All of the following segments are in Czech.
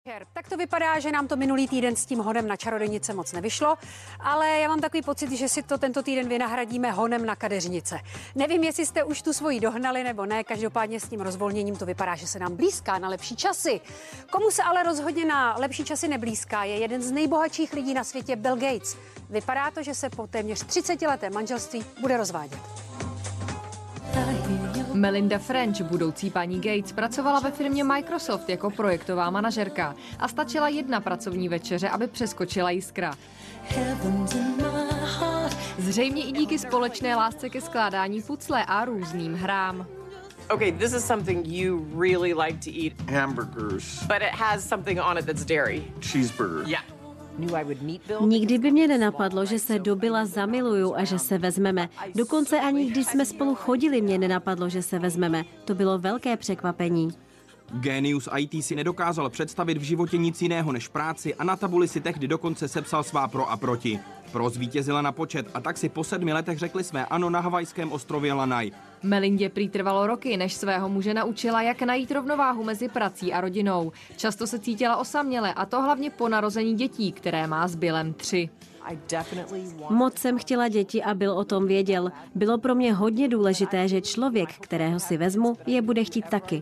Tak to vypadá, že nám to minulý týden s tím honem na čarodějnice moc nevyšlo, ale já mám takový pocit, že si to tento týden vynahradíme honem na kadeřnice. Nevím, jestli jste už tu svoji dohnali nebo ne, každopádně s tím rozvolněním to vypadá, že se nám blízká na lepší časy. Komu se ale rozhodně na lepší časy neblízká, je jeden z nejbohatších lidí na světě, Bill Gates. Vypadá to, že se po téměř 30letém manželství bude rozvádět. Melinda French, budoucí paní Gates, pracovala ve firmě Microsoft jako projektová manažerka a stačila jedna pracovní večeře, aby přeskočila jiskra. Zřejmě i díky společné lásce ke skládání pucle a různým hrám. Okay, this is something you really like to eat. Hamburgers. But it has something on it that's dairy. Cheeseburger. Yeah. Nikdy by mě nenapadlo, že se do Billa zamiluju a že se vezmeme. Dokonce ani když jsme spolu chodili, mě nenapadlo, že se vezmeme. To bylo velké překvapení. Génius IT si nedokázal představit v životě nic jiného než práci a na tabuli si tehdy dokonce sepsal svá pro a proti. Pro zvítězila na počet a tak si po 7 letech řekli své ano na havajském ostrově Lanai. Melindě prý trvalo roky, než svého muže naučila, jak najít rovnováhu mezi prací a rodinou. Často se cítila osaměle a to hlavně po narození dětí, které má s Billem 3. Moc jsem chtěla děti a Bill o tom věděl. Bylo pro mě hodně důležité, že člověk, kterého si vezmu, je bude chtít taky.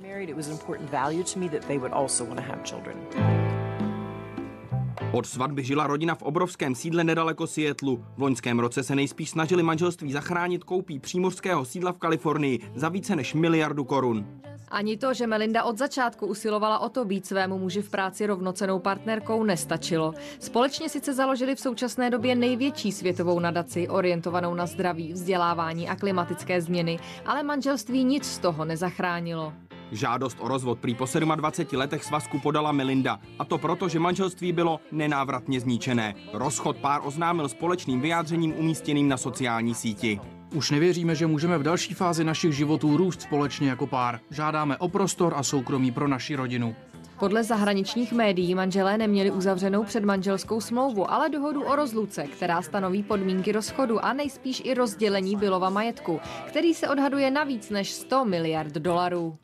Od svatby žila rodina v obrovském sídle nedaleko Seattlu. V loňském roce se nejspíš snažili manželství zachránit koupí přímořského sídla v Kalifornii za více než 1 miliardu korun. Ani to, že Melinda od začátku usilovala o to být svému muži v práci rovnocennou partnerkou, nestačilo. Společně sice založili v současné době největší světovou nadaci orientovanou na zdraví, vzdělávání a klimatické změny, ale manželství nic z toho nezachránilo. Žádost o rozvod prý po 27 letech svazku podala Melinda. A to proto, že manželství bylo nenávratně zničené. Rozchod pár oznámil společným vyjádřením umístěným na sociální síti. Už nevěříme, že můžeme v další fázi našich životů růst společně jako pár. Žádáme o prostor a soukromí pro naši rodinu. Podle zahraničních médií manželé neměli uzavřenou předmanželskou smlouvu, ale dohodu o rozluce, která stanoví podmínky rozchodu a nejspíš i rozdělení Billova majetku, který se odhaduje na víc než 100 miliard dolarů.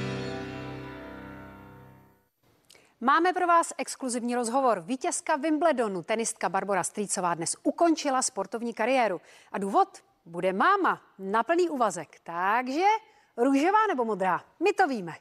Máme pro vás exkluzivní rozhovor. Vítězka Wimbledonu, tenistka Barbora Strýcová, dnes ukončila sportovní kariéru. A důvod? Bude máma na plný úvazek. Takže růžová nebo modrá? My to víme.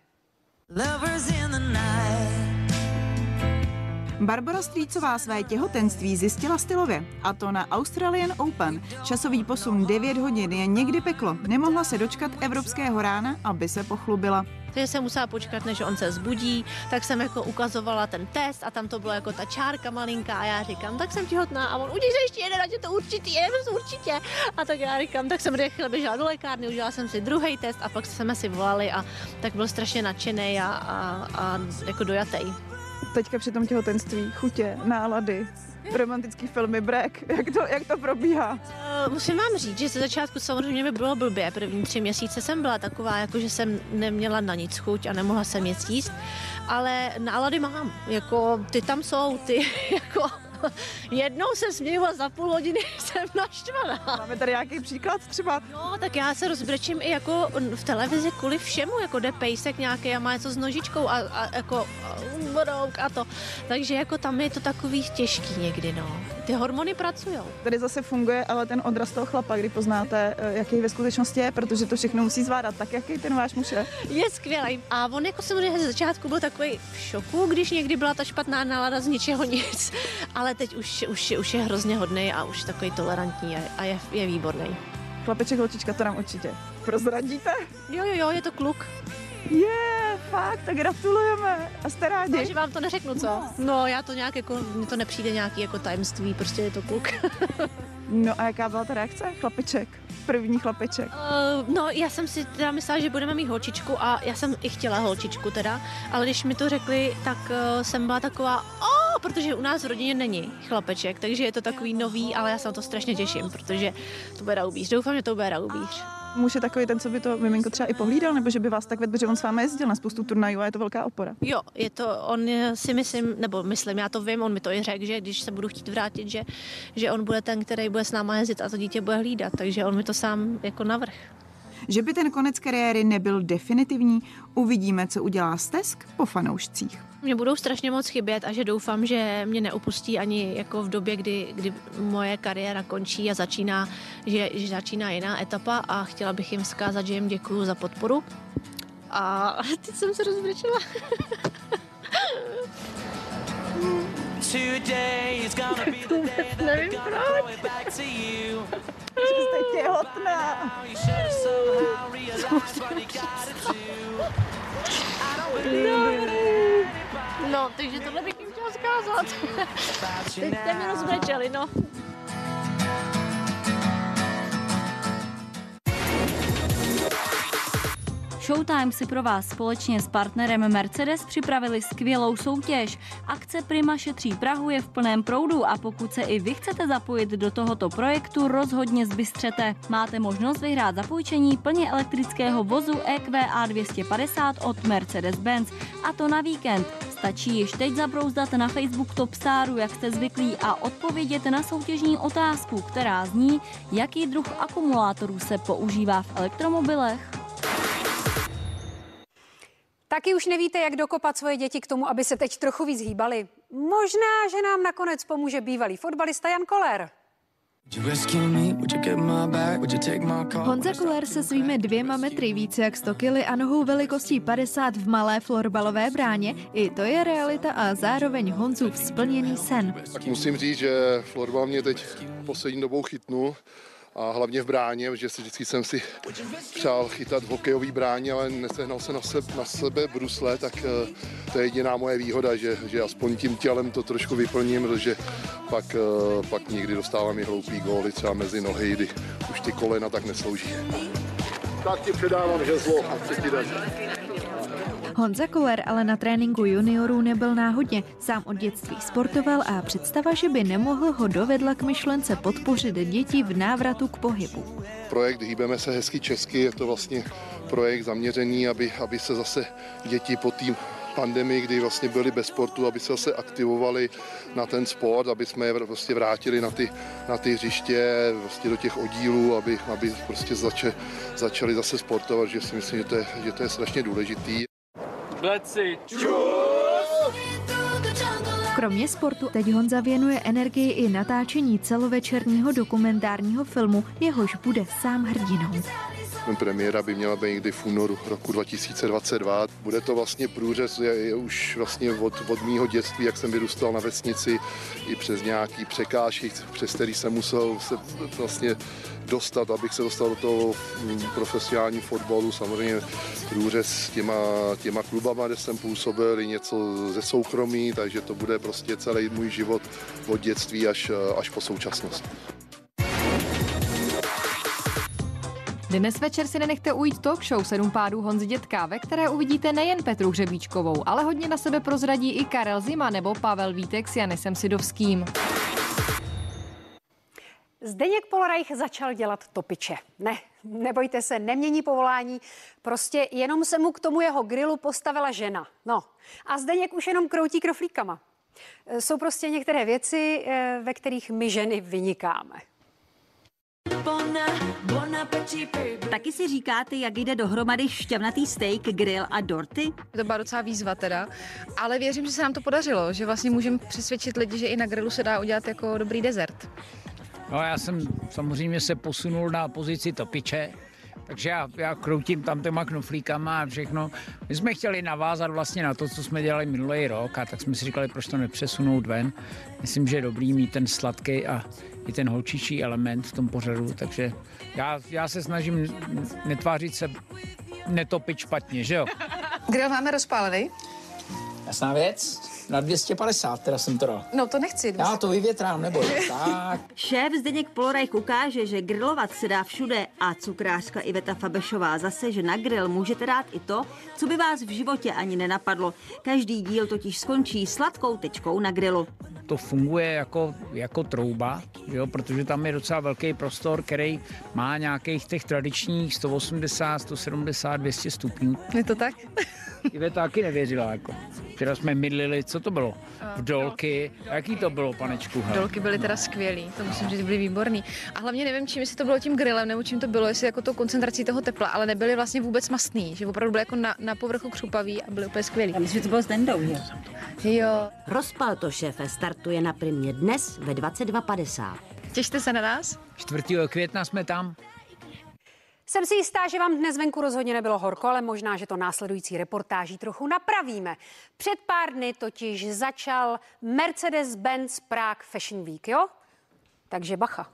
Barbora Strýcová své těhotenství zjistila stylově, a to na Australian Open. Časový posun 9 hodin je někdy peklo. Nemohla se dočkat evropského rána, aby se pochlubila. Takže jsem musela počkat, než on se zbudí, tak jsem jako ukazovala ten test a tam to bylo jako ta čárka malinká a já říkám, tak jsem těhotná a on udělej ještě jeden, ať je to určitě. A tak já říkám, tak jsem rychle běžela do lékárny, udělala jsem si druhý test a pak jsme si volali a tak byl strašně nadšený a jako dojatej. Teďka při tom těhotenství, chutě, nálady, romantický filmy, brek, jak to probíhá? Musím vám říct, že ze začátku samozřejmě mi bylo blbě. První 3 měsíce jsem byla taková, jako že jsem neměla na nic chuť a nemohla jsem nic jíst, ale nálady mám, jako ty tam jsou, ty jako... Jednou se směju a za půl hodiny jsem naštvaná. Máme tady nějaký příklad třeba? No, tak já se rozbrečím i jako v televizi kvůli všemu, jako jde pejsek nějaký a má něco s nožičkou a jako brouk a to. Takže jako tam je to takový těžký někdy, no. Ty hormony pracujou. Tady zase funguje ale ten odraz toho chlapa, kdy poznáte, jaký ve skutečnosti je, protože to všechno musí zvládat. Tak jaký ten váš muž je? Je skvělý. A on jako samozřejmě ze začátku byl takový v šoku, když někdy byla ta špatná nálada z ničeho nic. Ale teď už je hrozně hodnej a už takový tolerantní a je výborný. Chlapeček, holčička, to nám určitě prozradíte? Jo, je to kluk. Fakt, tak gratulujeme a jste rádi. Takže vám to neřeknu, co? No, já to nějak jako, mně to nepřijde nějaký jako tajemství, prostě je to kluk. No a jaká byla ta reakce? Chlapeček, první chlapeček. No, já jsem si teda myslela, že budeme mít holčičku a já jsem i chtěla holčičku teda, ale když mi to řekli, tak jsem byla taková, protože u nás v rodině není chlapeček, takže je to takový nový, ale já se na to strašně těším, protože to bude raubíř. Doufám, že to bude raubíř. Muž je takový ten, co by to miminko třeba i pohlídal, nebo že by vás tak vedl, že on s vámi jezdil na spoustu turnajů a je to velká opora. Jo, je to, on si myslím, já to vím, on mi to i řekl, že když se budu chtít vrátit, že on bude ten, který bude s náma jezdit a to dítě bude hlídat, takže on mi to sám jako navrhl. Že by ten konec kariéry nebyl definitivní, uvidíme, co udělá stesk po fanoušcích. Mě budou strašně moc chybět a že doufám, že mě neopustí ani jako v době, kdy moje kariéra končí a že začíná jiná etapa a chtěla bych jim vzkázat, že jim děkuju za podporu. A teď jsem se rozbrečela. Nevím proč. Jste těhotná. No, takže tohle bych jim chtěla vzkázat. Teď jste mě rozbrečeli, no. Showtime si pro vás společně s partnerem Mercedes připravili skvělou soutěž. Akce Prima šetří Prahu je v plném proudu a pokud se i vy chcete zapojit do tohoto projektu, rozhodně zbystřete. Máte možnost vyhrát zapůjčení plně elektrického vozu EQA 250 od Mercedes-Benz, a to na víkend. Stačí již teď zabrouzdat na Facebook Top Staru, jak jste zvyklí, a odpovědět na soutěžní otázku, která zní, jaký druh akumulátorů se používá v elektromobilech. Taky už nevíte, jak dokopat svoje děti k tomu, aby se teď trochu víc hýbali. Možná, že nám nakonec pomůže bývalý fotbalista Jan Koller. Honza Koller se svými 2 metry více jak 100 kg a nohou velikostí 50 v malé florbalové bráně, i to je realita a zároveň Honzův splněný sen. Tak musím říct, že florbal mě teď poslední dobou chytnul. A hlavně v bráně, že vždycky jsem si přál chytat v hokejové bráně, ale nesehnal se na sebe brusle, tak to je jediná moje výhoda, že aspoň tím tělem to trošku vyplním, protože pak někdy dostávám i hloupý góly třeba mezi nohy, kdy už ty kolena tak neslouží. Tak ti předávám žezlo a chci ti dát. Honza Koller ale na tréninku juniorů nebyl náhodně. Sám od dětství sportoval a představa, že by nemohl, ho dovedla k myšlence podpořit děti v návratu k pohybu. Projekt Hýbeme se hezky česky, je to vlastně projekt zaměřený, aby se zase děti po té pandemii, kdy vlastně byli bez sportu, aby se zase aktivovali na ten sport, aby jsme je vlastně vrátili na ty hřiště, vlastně do těch oddílů, aby prostě začali zase sportovat, že si myslím, že to je strašně důležitý. Kromě sportu teď Honza věnuje energii i natáčení celovečerního dokumentárního filmu, jehož bude sám hrdinou. Premiéra by měla být někdy v únoru roku 2022. Bude to vlastně průřez je už vlastně od mýho dětství, jak jsem vyrůstal na vesnici, i přes nějaký překážky, přes který jsem musel se vlastně dostat, abych se dostal do toho profesionálního fotbalu. Samozřejmě průřez s těma klubama, kde jsem působil, i něco ze soukromí, takže to bude prostě celý můj život od dětství až po současnost. Dnes večer si nenechte ujít talk show 7 pádů Honzy Dětka, ve které uvidíte nejen Petru Hřebíčkovou, ale hodně na sebe prozradí i Karel Zima nebo Pavel Vítek s Janisem Sidovským. Zdeněk Polreich začal dělat topiče. Ne, nebojte se, nemění povolání, prostě jenom se mu k tomu jeho grilu postavila žena. No, a Zdeněk už jenom kroutí kroflíkama. Jsou prostě některé věci, ve kterých my ženy vynikáme. Taky si říkáte, jak jde dohromady šťavnatý steak, grill a dorty? To byla docela výzva teda, ale věřím, že se nám to podařilo, že vlastně můžeme přesvědčit lidi, že i na grilu se dá udělat jako dobrý dezert. No, já jsem samozřejmě se posunul na pozici topiče, takže já kroutím tam těma knoflíkama a všechno. My jsme chtěli navázat vlastně na to, co jsme dělali minulý rok, a tak jsme si říkali, proč to nepřesunout ven. Myslím, že je dobrý mít ten sladký a i ten holčičí element v tom pořadu, takže já se snažím netvářit se netopit špatně, že jo? Grill máme rozpálený? Jasná věc, na 250 teda jsem to dal. No to nechci. Já to vyvětrám, neboj. Tak. Šéf Zdeněk Polreich ukáže, že grilovat se dá všude, a cukrářka Iveta Fabešová zase, že na grill můžete dát i to, co by vás v životě ani nenapadlo. Každý díl totiž skončí sladkou tečkou na grilu. To funguje jako trouba, jo, protože tam je docela velký prostor, který má nějakých těch tradičních 180, 170, 200 stupňů. Je to tak? Iveta taky nevěřila, jako. Včera jsme mydlili, co to bylo? V dolky. A jaký to bylo, panečku? Dolky byly teda skvělý, to musím říct, byly výborný. A hlavně nevím, čím, jestli to bylo tím grillem, nebo čím to bylo, jestli jako tou koncentrací toho tepla, ale nebyly vlastně vůbec mastný, že opravdu byly jako na povrchu křupavý a byly úplně skvělý. Já myslím, že to bylo s Dendou, jo? Jo. Rozpal to, šéfe, startuje na Primě dnes ve 22:50. Těšte se na nás. 4. května jsme tam. Jsem si jistá, že vám dnes venku rozhodně nebylo horko, ale možná, že to následující reportáží trochu napravíme. Před pár dny totiž začal Mercedes-Benz Prague Fashion Week, jo? Takže bacha.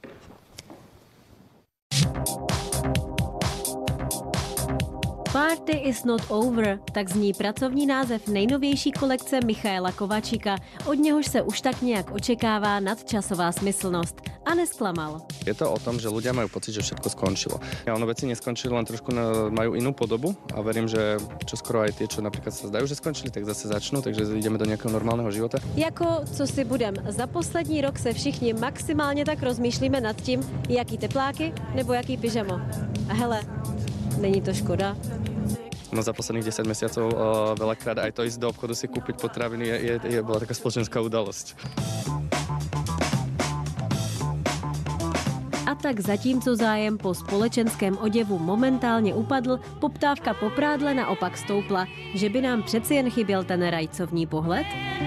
Party is not over, tak zní pracovní název nejnovější kolekce Michaela Kovačika. Od něhož se už tak nějak očekává nadčasová smyslnost. A nesklamal. Je to o tom, že ľudia majú pocit, že všetko skončilo. A ono veci neskončili, len trošku majú inú podobu a verím, že čoskoro aj tie, čo napríklad sa zdajú, že skončili, tak zase začnú, takže ideme do nejakého normálneho života. Jako, co si budem, za poslední rok se všichni maximálně tak rozmýšlíme nad tím, jaký tepláky nebo jaký pyžamo. A hele, není to škoda? No za posledných 10 mesiacov veľakrát aj to ísť do obchodu si kúpiť potraviny bola taká spoločenská udalosť. A tak zatímco zájem po společenském oděvu momentálně upadl, poptávka po prádle naopak stoupla. Že by nám přeci jen chyběl ten rajcovní pohled?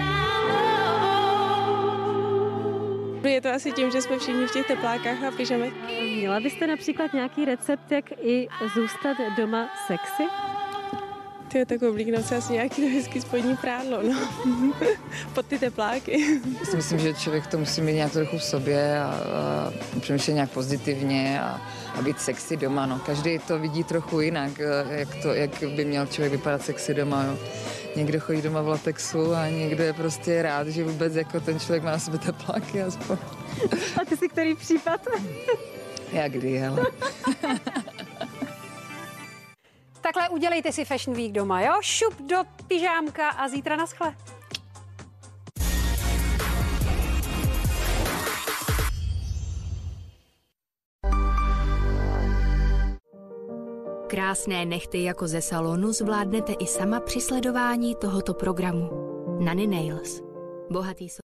Je to asi tím, že jsme všichni v těch teplákách a pyžamech. Měla byste například nějaký recept, jak i zůstat doma sexy? Tyjo, tak oblíknout se asi nějaký hezký spodní prádlo, no. Pod ty tepláky. Já si myslím, že člověk to musí mít nějak trochu v sobě a přemýšlet nějak pozitivně a být sexy doma, no. Každý to vidí trochu jinak, jak by měl člověk vypadat sexy doma, jo. Někdo chodí doma v latexu a někdo je prostě rád, že vůbec jako ten člověk má na sebe tepláky aspoň. A ty si který případ? Já kdy, hele. Takhle udělejte si Fashion Week doma, jo? Šup do pyžámka a zítra naschle. Krásné nehty jako ze salonu zvládnete i sama při sledování tohoto programu. Nany Nails. Bohatý